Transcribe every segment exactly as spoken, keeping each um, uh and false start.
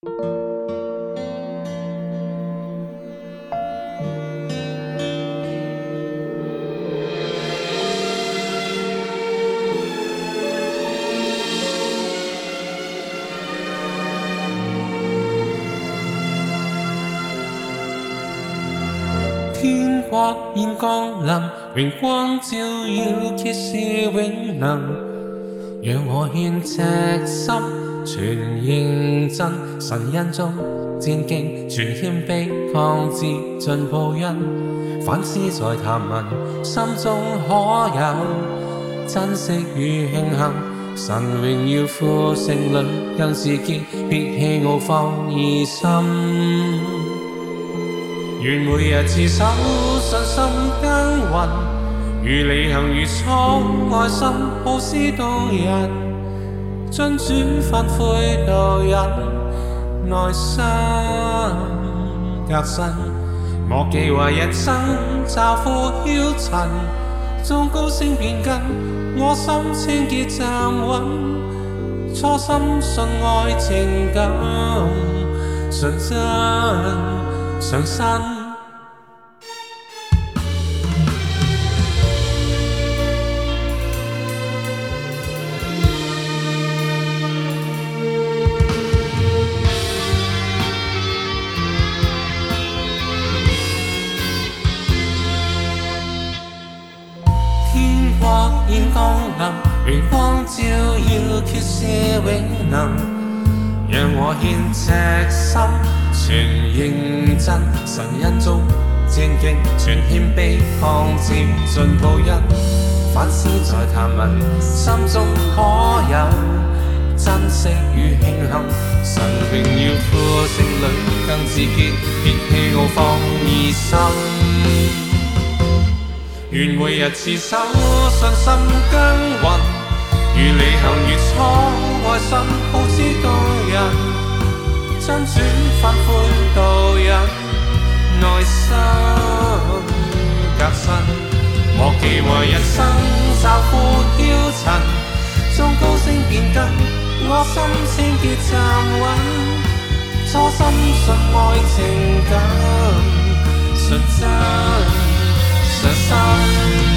天或現降臨，榮光照耀，揭示永能。讓我獻赤心，全認真。神恩中戰兢，全謙卑，抗志盡報恩。反思在談文，心中可有珍惜與慶幸。神榮耀父聖女，更是結別氣傲放異心。願每日自守，信心耕耘，如履行如初，愛心好施動人，遵主訓誨導引，內心革新。莫忌諱人生，嘲負囂塵，縱高聲變更，我心清潔站穩，初心信愛情感，純真。上身，天國現降臨，榮光照耀，揭示永能。讓我獻赤心，全認真，神恩中戰兢，全謙卑，抗戰盡報恩。反思在談文，心中可有珍惜與慶幸。神榮耀父聖女，更自潔，別氣傲放異心。願每日自守，信心耕耘，如履行如初，愛心好知動人。真主訓誨導引，內心革新。莫忌諱人生，嘲負囂塵，縱高聲變更，我心清潔站穩。初心信愛情感，純真上身。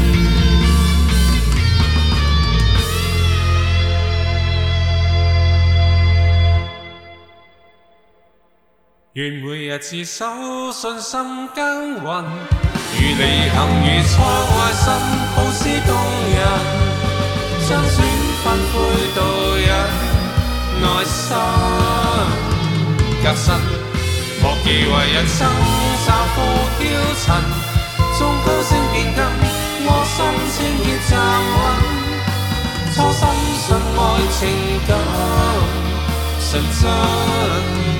願每日自守，信心耕耘，如履行如初，愛心好施動人，將主訓誨導引，內心革新。莫忌諱人生，嘲負囂塵，縱高聲變更，我心清潔站穩，初心信愛情感，純真。